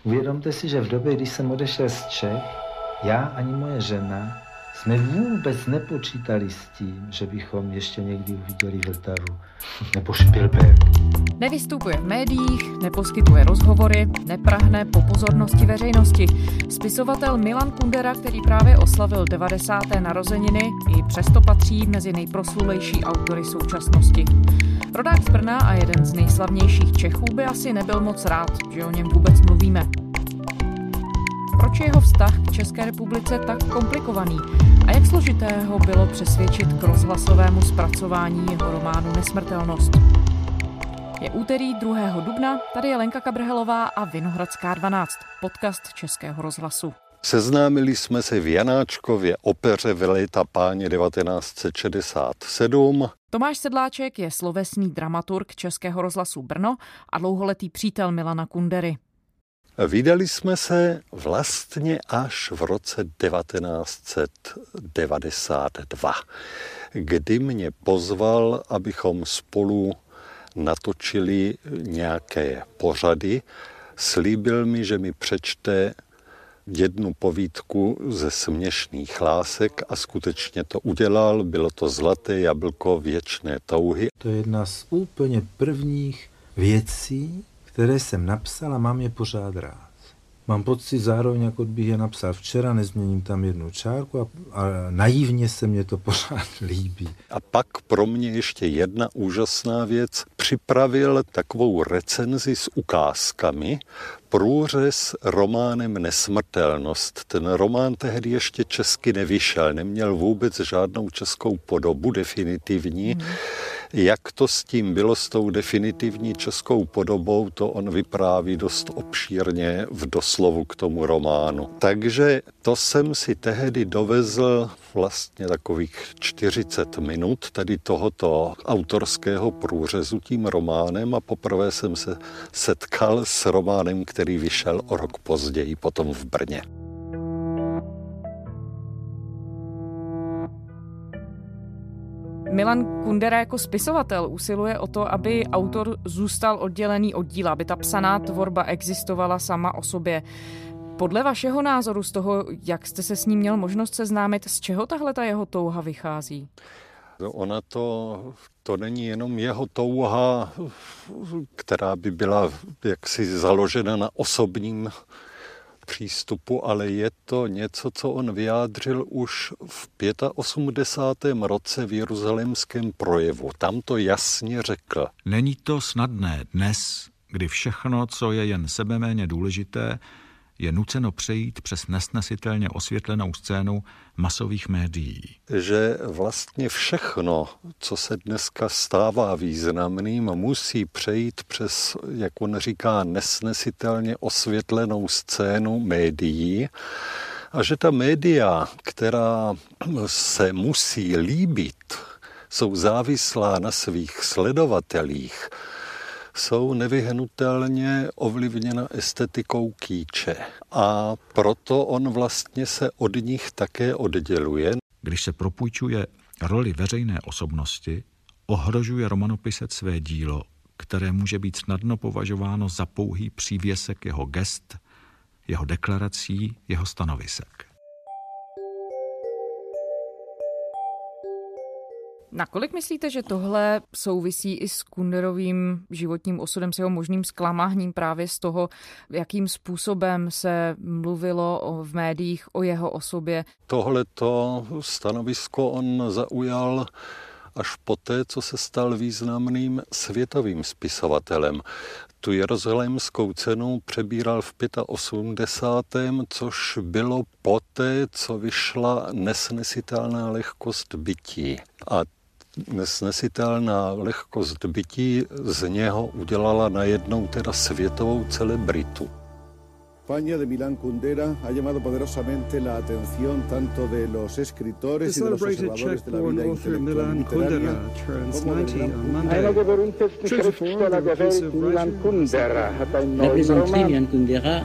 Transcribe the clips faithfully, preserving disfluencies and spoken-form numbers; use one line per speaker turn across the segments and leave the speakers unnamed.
Uvědomte si, že v době, když jsem odešel z Čech, já ani moje žena jsme vůbec nepočítali s tím, že bychom ještě někdy uviděli Vltavu nebo Špilberk.
Nevystupuje v médiích, neposkytuje rozhovory, neprahne po pozornosti veřejnosti. Spisovatel Milan Kundera, který právě oslavil devadesáté narozeniny, i přesto patří mezi nejproslulejší autory současnosti. Rodák z Brna a jeden z nejslavnějších Čechů by asi nebyl moc rád, že o něm vůbec mluvíme. Proč je jeho vztah k České republice tak komplikovaný a jak složitého bylo přesvědčit k rozhlasovému zpracování jeho románu Nesmrtelnost? Je úterý druhého dubna, tady je Lenka Kabrhelová a Vinohradská dvanáct, podcast Českého rozhlasu.
Seznámili jsme se v Janáčkově opeře Veleta páně devatenáct set šedesát sedm.
Tomáš Sedláček je slovesný dramaturg Českého rozhlasu Brno a dlouholetý přítel Milana Kundery.
Vydali jsme se vlastně až v roce devatenáct set devadesát dva, kdy mě pozval, abychom spolu natočili nějaké pořady. Slíbil mi, že mi přečte jednu povídku ze Směšných lásek a skutečně to udělal. Bylo to Zlaté jablko věčné touhy.
To je jedna z úplně prvních věcí, které jsem napsal a mám je pořád rád. Mám pocit zároveň, jako bych je napsal včera, nezměním tam jednu čárku a, a naivně se mě to pořád líbí.
A pak pro mě ještě jedna úžasná věc. Připravil takovou recenzi s ukázkami, průřez románem Nesmrtelnost. Ten román tehdy ještě česky nevyšel, neměl vůbec žádnou českou podobu definitivní. Hmm. Jak to s tím bylo, s tou definitivní českou podobou, to on vypráví dost obšírně v doslovu k tomu románu. Takže to jsem si tehdy dovezl vlastně takových čtyřicet minut, tedy tohoto autorského průřezu tím románem a poprvé jsem se setkal s románem, který vyšel o rok později, potom v Brně.
Milan Kundera jako spisovatel usiluje o to, aby autor zůstal oddělený od díla, aby ta psaná tvorba existovala sama o sobě. Podle vašeho názoru, z toho, jak jste se s ním měl možnost seznámit, z čeho tahle ta jeho touha vychází?
Ona to, to není jenom jeho touha, která by byla jaksi založena na osobním přístupu, ale je to něco, co on vyjádřil už v osmdesátém pátém roce v jeruzalémském projevu. Tam to jasně řekl.
Není to snadné dnes, kdy všechno, co je jen sebeméně důležité, je nuceno přejít přes nesnesitelně osvětlenou scénu masových médií.
Že vlastně všechno, co se dneska stává významným, musí přejít přes, jak on říká, nesnesitelně osvětlenou scénu médií. A že ta média, která se musí líbit, jsou závislá na svých sledovatelích, jsou nevyhnutelně ovlivněna estetikou kýče. A proto on vlastně se od nich také odděluje.
Když se propůjčuje roli veřejné osobnosti, ohrožuje romanopisec své dílo, které může být snadno považováno za pouhý přívěsek jeho gest, jeho deklarací, jeho stanovisek.
Nakolik myslíte, že tohle souvisí i s Kunderovým životním osudem, s jeho možným zklamáním právě z toho, jakým způsobem se mluvilo v médiích o jeho osobě?
Tohleto stanovisko on zaujal až poté, co se stal významným světovým spisovatelem. Tu jeruzalémskou cenu přebíral v osmdesátém pátém což bylo poté, co vyšla Nesnesitelná lehkost bytí. A Nesnesitelná lehkost bytí z něho udělala najednou teda světovou celebritu.
España de Milán Kundera ha llamado poderosamente la atención tanto de los escritores y de los observadores de la vida intelectual literaria como del
La plaisanterie Milan Kundera,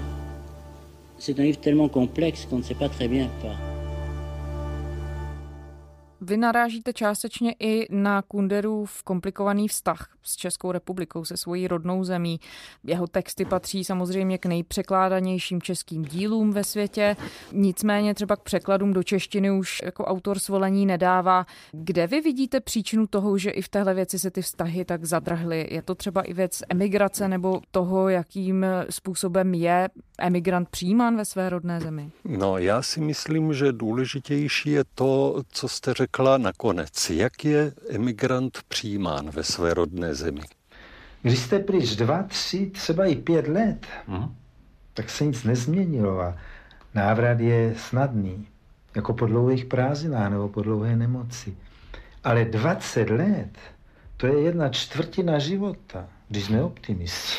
c'est un livre tellement complexe qu'on ne sait pas très bien par.
Vy narážíte částečně i na Kunderův komplikovaný vztah s Českou republikou, se svojí rodnou zemí. Jeho texty patří samozřejmě k nejpřekládanějším českým dílům ve světě, nicméně třeba k překladům do češtiny už jako autor svolení nedává. Kde vy vidíte příčinu toho, že i v téhle věci se ty vztahy tak zadrhly? Je to třeba i věc emigrace nebo toho, jakým způsobem je emigrant přijímán ve své rodné zemi?
No, já si myslím, že důležitější je to, co jste řekla nakonec. Jak je emigrant přijímán ve své rodné zemi?
Když jste pryč dva, tři, třeba i pět let, hmm. tak se nic nezměnilo a návrat je snadný, jako po dlouhých prázdninách nebo po dlouhé nemoci. Ale dvacet let, to je jedna čtvrtina života, když jsme optimisti.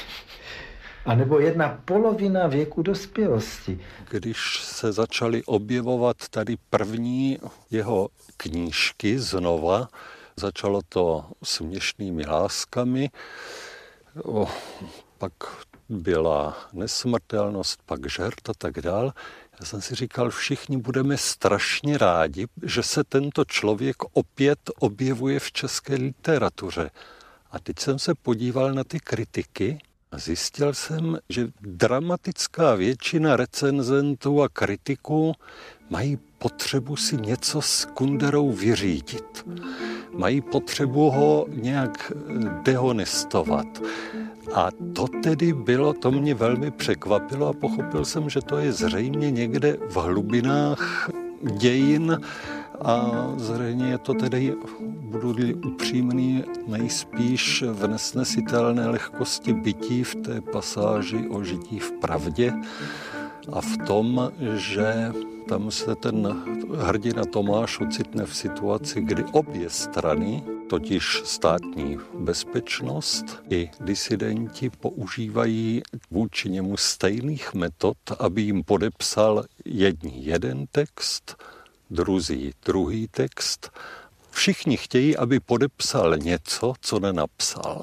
A nebo jedna polovina věku dospělosti.
Když se začaly objevovat tady první jeho knížky znova, začalo to Směšnými láskami, o, pak byla Nesmrtelnost, pak Žert a tak dál. Já jsem si říkal, všichni budeme strašně rádi, že se tento člověk opět objevuje v české literatuře. A teď jsem se podíval na ty kritiky a zjistil jsem, že dramatická většina recenzentů a kritiků mají potřebu si něco s Kunderou vyřídit. Mají potřebu ho nějak dehonestovat. A to tedy bylo, to mě velmi překvapilo a pochopil jsem, že to je zřejmě někde v hlubinách dějin a zřejmě je to tedy, budu-li upřímný, nejspíš v nesnesitelné lehkosti bytí v té pasáži o žití v pravdě a v tom, že tam se ten hrdina Tomáš ocitne v situaci, kdy obě strany, totiž státní bezpečnost i disidenti, používají vůči němu stejných metod, aby jim podepsal jedni jeden text, druzí druhý text. Všichni chtějí, aby podepsal něco, co nenapsal.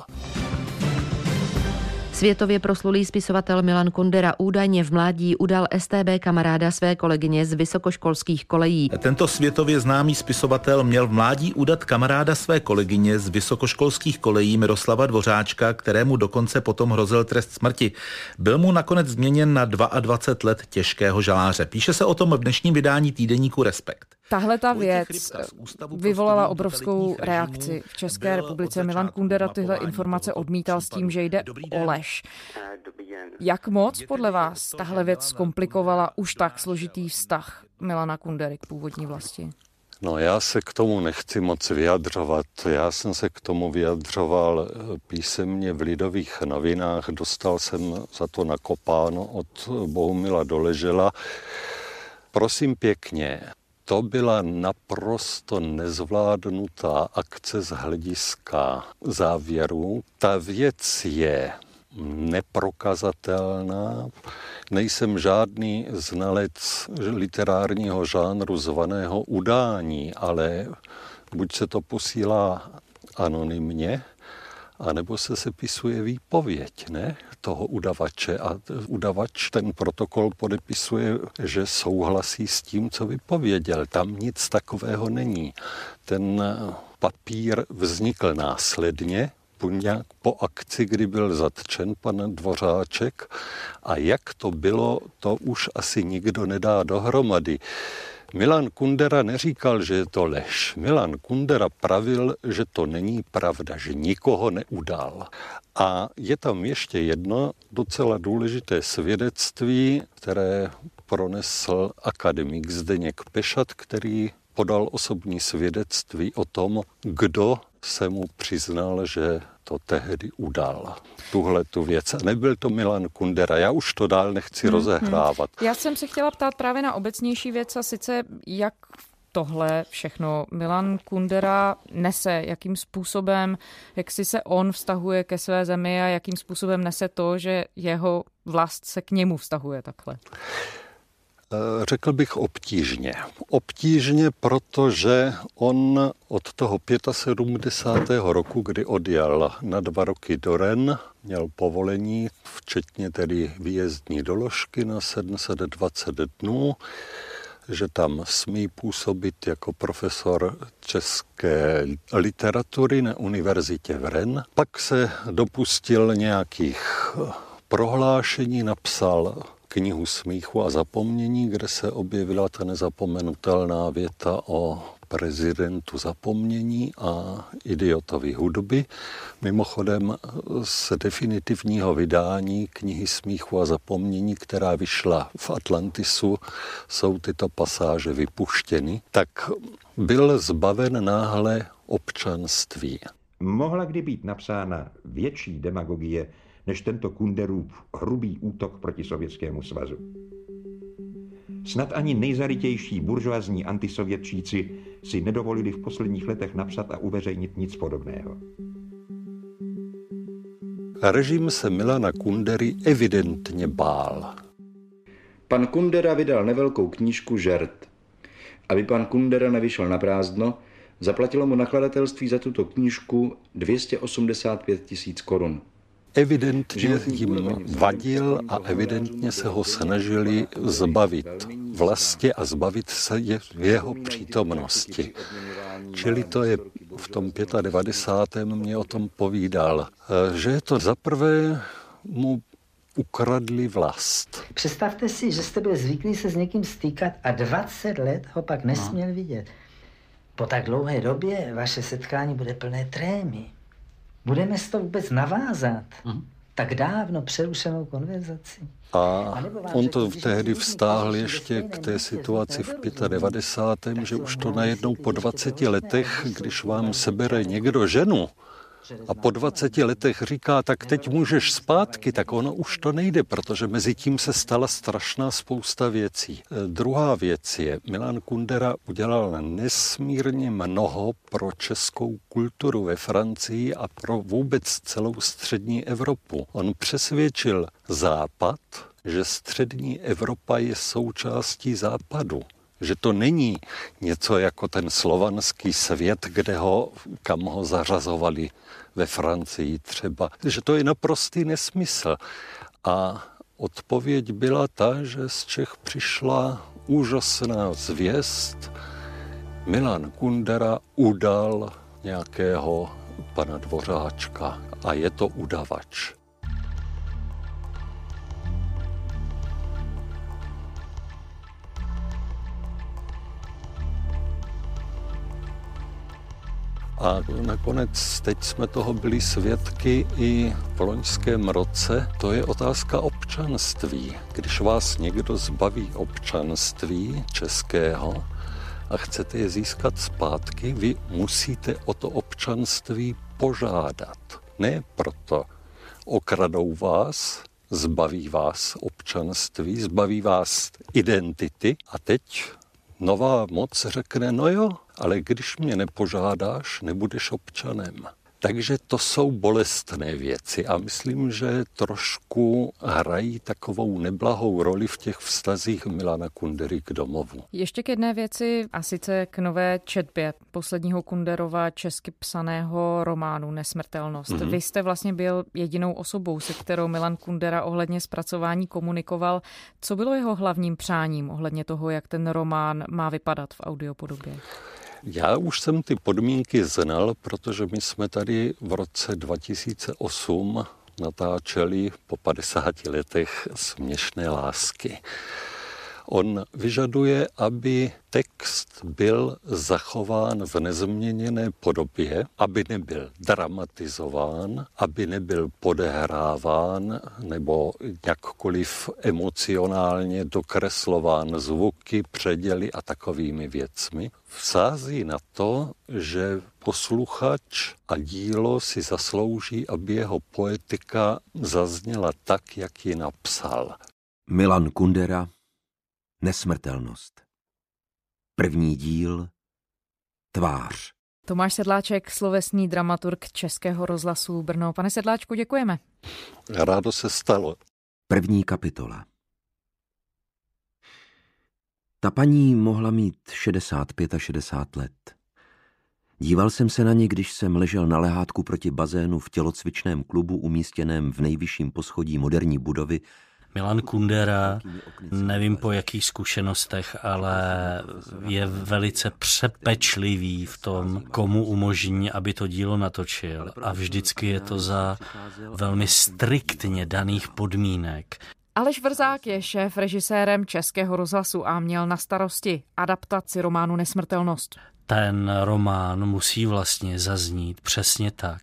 Světově proslulý spisovatel Milan Kundera údajně v mládí udal es té bé kamaráda své kolegyně z vysokoškolských kolejí.
Tento světově známý spisovatel měl v mládí udat kamaráda své kolegyně z vysokoškolských kolejí Miroslava Dvořáčka, kterému dokonce potom hrozil trest smrti. Byl mu nakonec změněn na dvacet dva let těžkého žaláře. Píše se o tom v dnešním vydání týdeníku Respekt.
Tahle ta věc vyvolala obrovskou reakci v České republice. Milan Kundera tyhle informace odmítal s tím, že jde o lež. Jak moc podle vás tahle věc zkomplikovala už tak složitý vztah Milana Kundery k původní vlasti?
No, já se k tomu nechci moc vyjadřovat. Já jsem se k tomu vyjadřoval písemně v Lidových novinách. Dostal jsem za to nakopáno od Bohumila Doležela. Prosím pěkně, to byla naprosto nezvládnutá akce z hlediska závěru. Ta věc je neprokazatelná. Nejsem žádný znalec literárního žánru zvaného udání, ale buď se to posílá anonymně, anebo se sepisuje výpověď, ne, toho udavače. A udavač ten protokol podepisuje, že souhlasí s tím, co vypověděl. Tam nic takového není. Ten papír vznikl následně, nějak po akci, kdy byl zatčen pan Dvořáček. A jak to bylo, to už asi nikdo nedá dohromady. Milan Kundera neříkal, že je to lež. Milan Kundera pravil, že to není pravda, že nikoho neudal. A je tam ještě jedno docela důležité svědectví, které pronesl akademik Zdeněk Pešat, který podal osobní svědectví o tom, kdo se mu přiznal, že to tehdy udal. Tuhle tu věc. A nebyl to Milan Kundera. Já už to dál nechci hmm, rozehrávat.
Hmm. Já jsem se chtěla ptát právě na obecnější věc a sice jak tohle všechno Milan Kundera nese, jakým způsobem, jak si se on vztahuje ke své zemi a jakým způsobem nese to, že jeho vlast se k němu vztahuje takhle.
Řekl bych obtížně. Obtížně, protože on od toho sedmdesátého pátého roku, kdy odjel na dva roky do Rennes, měl povolení, včetně tedy výjezdní doložky na sedm set dvacet dnů, že tam smí působit jako profesor české literatury na univerzitě v Rennes. Pak se dopustil nějakých prohlášení, napsal knihu Smíchu a zapomnění, kde se objevila ta nezapomenutelná věta o prezidentu zapomnění a idiotovi hudby. Mimochodem z definitivního vydání knihy Smíchu a zapomnění, která vyšla v Atlantisu, jsou tyto pasáže vypuštěny. Tak byl zbaven náhle občanství.
Mohla kdy být napsána větší demagogie než tento Kunderův hrubý útok proti Sovětskému svazu. Snad ani nejzarytější buržoazní antisovětčíci si nedovolili v posledních letech napsat a uveřejnit nic podobného.
Režim se Milana Kundery evidentně bál.
Pan Kundera vydal nevelkou knížku Žert. Aby pan Kundera nevyšel na prázdno, zaplatilo mu nakladatelství za tuto knížku dvě stě osmdesát pět tisíc korun.
Evidentně jim vadil a evidentně se ho snažili zbavit vlastně a zbavit se jeho přítomnosti. Čili to je v tom devadesátém pátém mě o tom povídal, že je to zaprvé mu ukradli vlast.
Představte si, že jste byl zvyklý se s někým stýkat a dvacet let ho pak nesměl vidět. Po tak dlouhé době vaše setkání bude plné trémy. Budeme s to vůbec navázat hmm. tak dávno přerušenou konverzaci.
A on to tehdy vztáhl ještě k té situaci v devadesátém pátém že už to najednou po dvaceti letech, když vám sebere někdo ženu a po dvaceti letech říká, tak teď můžeš zpátky, tak ono už to nejde, protože mezi tím se stala strašná spousta věcí. Druhá věc je, Milan Kundera udělal nesmírně mnoho pro českou kulturu ve Francii a pro vůbec celou střední Evropu. On přesvědčil Západ, že střední Evropa je součástí Západu. Že to není něco jako ten slovanský svět, kde ho, kam ho zařazovali ve Francii třeba. Že to je naprostý nesmysl. A odpověď byla ta, že z Čech přišla úžasná zvěst. Milan Kundera udal nějakého pana Dvořáčka a je to udavač. A nakonec teď jsme toho byli svědky i v loňském roce. To je otázka občanství. Když vás někdo zbaví občanství českého a chcete je získat zpátky, vy musíte o to občanství požádat. Ne proto okradou vás, zbaví vás občanství, zbaví vás identity a teď nová moc řekne, no jo, ale když mě nepožádáš, nebudeš občanem. Takže to jsou bolestné věci a myslím, že trošku hrají takovou neblahou roli v těch vztazích Milana Kundery k domovu.
Ještě k jedné věci, a sice k nové četbě posledního Kunderova česky psaného románu Nesmrtelnost. Mm-hmm. Vy jste vlastně byl jedinou osobou, se kterou Milan Kundera ohledně zpracování komunikoval. Co bylo jeho hlavním přáním ohledně toho, jak ten román má vypadat v audiopodobě?
Já už jsem ty podmínky znal, protože my jsme tady v roce dva tisíce osm natáčeli po padesáti letech Směšné lásky. On vyžaduje, aby text byl zachován v nezměněné podobě, aby nebyl dramatizován, aby nebyl podehráván nebo jakkoliv emocionálně dokreslován zvuky, předěly a takovými věcmi. Vsází na to, že posluchač a dílo si zaslouží, aby jeho poetika zazněla tak, jak ji napsal.
Milan Kundera, Nesmrtelnost. První díl, Tvář.
Tomáš Sedláček, slovesný dramaturg Českého rozhlasu Brno. Pane Sedláčku, děkujeme.
Rádo se stalo.
První kapitola. Ta paní mohla mít šedesát pět a šedesát let. Díval jsem se na ní, když jsem ležel na lehátku proti bazénu v tělocvičném klubu umístěném v nejvyšším poschodí moderní budovy
Milan Kundera, nevím po jakých zkušenostech, ale je velice přepečlivý v tom, komu umožní, aby to dílo natočil. A vždycky je to za velmi striktně daných podmínek.
Aleš Vrzák je šéf režisérem Českého rozhlasu a měl na starosti adaptaci románu Nesmrtelnost.
Ten román musí vlastně zaznít přesně tak.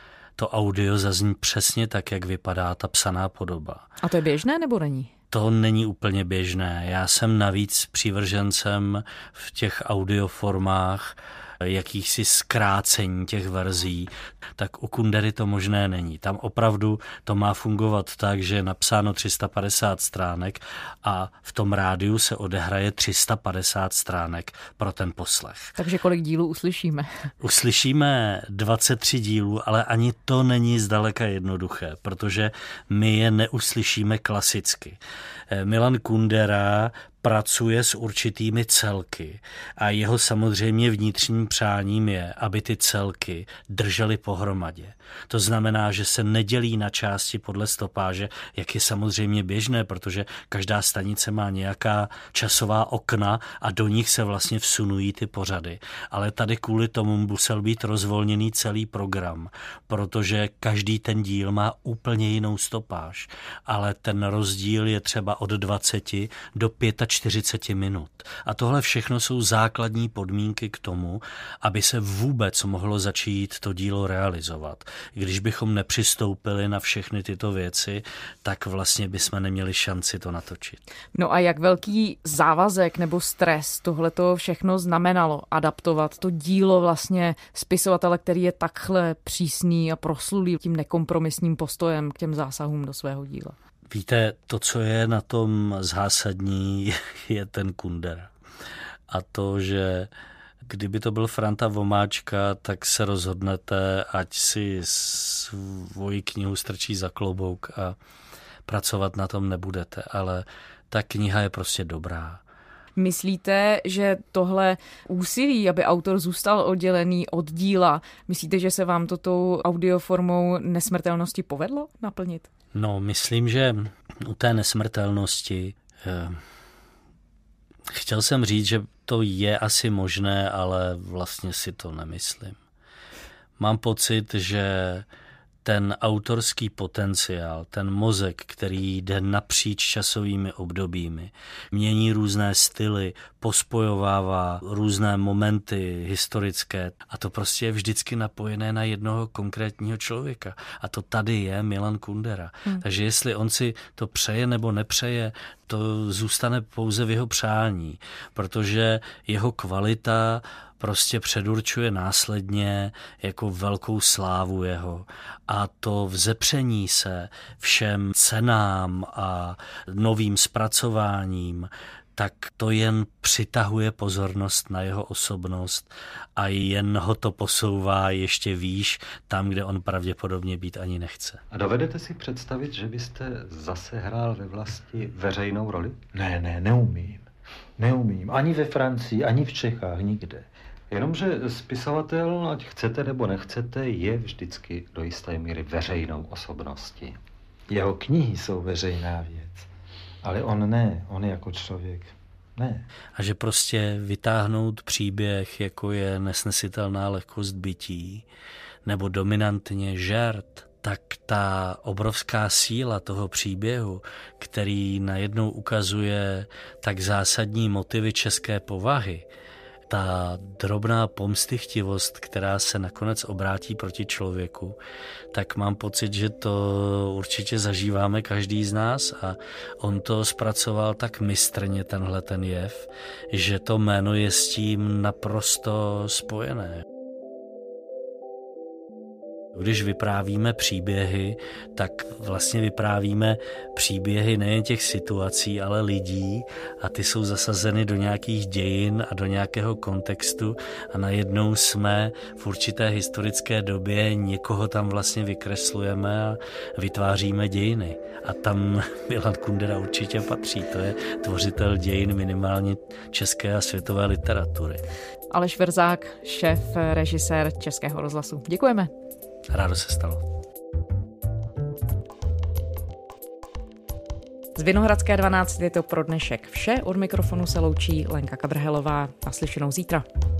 To audio zazní přesně tak, jak vypadá ta psaná podoba.
A to je běžné nebo není?
To není úplně běžné. Já jsem navíc přívržencem v těch audioformách jakýchsi zkrácení těch verzí, tak u Kundery to možné není. Tam opravdu to má fungovat tak, že je napsáno tři sta padesát stránek a v tom rádiu se odehraje tři sta padesát stránek pro ten poslech.
Takže kolik dílů uslyšíme?
Uslyšíme dvacet tři dílů, ale ani to není zdaleka jednoduché, protože my je neuslyšíme klasicky. Milan Kundera pracuje s určitými celky a jeho samozřejmě vnitřním přáním je, aby ty celky držely pohromadě. To znamená, že se nedělí na části podle stopáže, jak je samozřejmě běžné, protože každá stanice má nějaká časová okna a do nich se vlastně vsunují ty pořady. Ale tady kvůli tomu musel být rozvolněný celý program, protože každý ten díl má úplně jinou stopáž, ale ten rozdíl je třeba od dvaceti do čtyřiceti pěti minut. A tohle všechno jsou základní podmínky k tomu, aby se vůbec mohlo začít to dílo realizovat. Když bychom nepřistoupili na všechny tyto věci, tak vlastně bychom neměli šanci to natočit.
No a jak velký závazek nebo stres tohleto všechno znamenalo adaptovat to dílo vlastně spisovatele, který je takhle přísný a proslulý tím nekompromisním postojem k těm zásahům do svého díla?
Víte, to, co je na tom zásadní, je ten Kundera. A to, že kdyby to byl Franta Vomáčka, tak se rozhodnete, ať si svoji knihu strčí za klobouk a pracovat na tom nebudete. Ale ta kniha je prostě dobrá.
Myslíte, že tohle úsilí, aby autor zůstal oddělený od díla, myslíte, že se vám to tou audioformou Nesmrtelnosti povedlo naplnit?
No, myslím, že u té Nesmrtelnosti eh, chtěl jsem říct, že to je asi možné, ale vlastně si to nemyslím. Mám pocit, že ten autorský potenciál, ten mozek, který jde napříč časovými obdobími, mění různé styly, pospojovává různé momenty historické a to prostě je vždycky napojené na jednoho konkrétního člověka. A to tady je Milan Kundera. Hmm. Takže jestli on si to přeje nebo nepřeje, to zůstane pouze v jeho přání, protože jeho kvalita prostě předurčuje následně jako velkou slávu jeho. A to vzepření se všem cenám a novým zpracováním, tak to jen přitahuje pozornost na jeho osobnost a jen ho to posouvá ještě výš tam, kde on pravděpodobně být ani nechce.
A dovedete si představit, že byste zase hrál ve vlasti veřejnou roli?
Ne, ne, neumím. Neumím. Ani ve Francii, ani v Čechách, nikde.
Jenomže spisovatel, ať chcete nebo nechcete, je vždycky do jisté míry veřejnou osobností.
Jeho knihy jsou veřejná věc, ale on ne, on jako člověk ne.
A že prostě vytáhnout příběh, jako je Nesnesitelná lehkost bytí, nebo dominantně Žert, tak ta obrovská síla toho příběhu, který najednou ukazuje tak zásadní motivy české povahy, ta drobná pomstychtivost, která se nakonec obrátí proti člověku, tak mám pocit, že to určitě zažíváme každý z nás a on to zpracoval tak mistrně, tenhle ten jev, že to jméno je s tím naprosto spojené. Když vyprávíme příběhy, tak vlastně vyprávíme příběhy nejen těch situací, ale lidí a ty jsou zasazeny do nějakých dějin a do nějakého kontextu a najednou jsme v určité historické době, někoho tam vlastně vykreslujeme a vytváříme dějiny. A tam Milan Kundera určitě patří, to je tvořitel dějin minimálně české a světové literatury.
Aleš Vrzák, šéf, režisér Českého rozhlasu. Děkujeme.
Rádo se stalo.
Z Vinohradské dvanáct je to pro dnešek vše. Od mikrofonu se loučí Lenka Kabrhelová. Naslyšenou zítra.